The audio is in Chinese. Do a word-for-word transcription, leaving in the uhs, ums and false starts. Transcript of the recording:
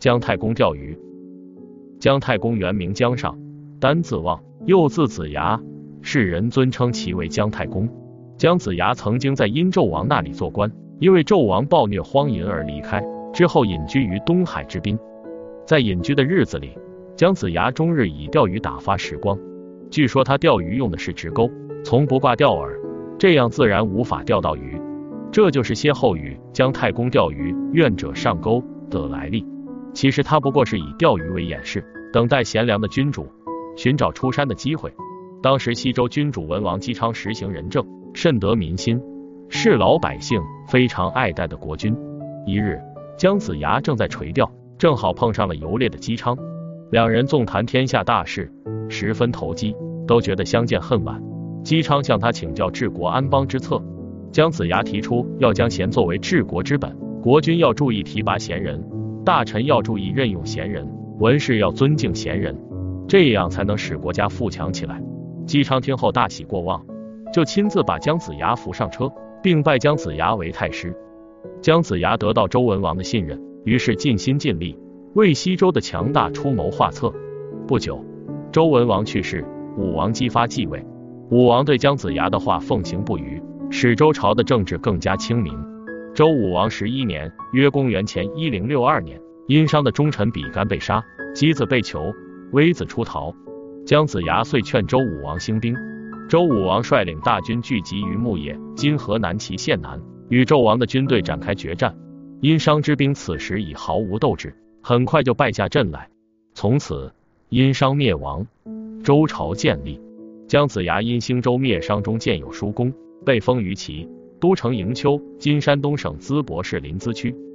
姜太公钓鱼。姜太公原名姜尚，单字望，又字子牙，世人尊称其为姜太公。姜子牙曾经在殷纣王那里做官，因为纣王暴虐荒淫而离开，之后隐居于东海之滨。在隐居的日子里，姜子牙终日以钓鱼打发时光。据说他钓鱼用的是直钩，从不挂钓饵，这样自然无法钓到鱼。这就是歇后语姜太公钓鱼，愿者上钩的来历。其实他不过是以钓鱼为掩饰，等待贤良的君主寻找出山的机会。当时西周君主文王姬昌实行仁政，甚得民心，是老百姓非常爱戴的国君。一日，姜子牙正在垂钓，正好碰上了游猎的姬昌，两人纵谈天下大事，十分投机，都觉得相见恨晚。姬昌向他请教治国安邦之策，姜子牙提出要将贤作为治国之本，国君要注意提拔贤人，大臣要注意任用贤人，文士要尊敬贤人，这样才能使国家富强起来。姬昌听后大喜过望，就亲自把姜子牙扶上车，并拜姜子牙为太师。姜子牙得到周文王的信任，于是尽心尽力为西周的强大出谋划策。不久，周文王去世，武王姬发继位。武王对姜子牙的话奉行不渝，使周朝的政治更加清明。周武王十一年，约公元前一零六二年，殷商的忠臣比干被杀，箕子被囚，微子出逃。姜子牙遂劝周武王兴兵。周武王率领大军聚集于牧野（今河南淇县南），与纣王的军队展开决战。殷商之兵此时已毫无斗志，很快就败下阵来。从此，殷商灭亡，周朝建立。姜子牙因兴周灭商中建有殊功，被封于齐都城营丘（今山东省淄博市临淄区）。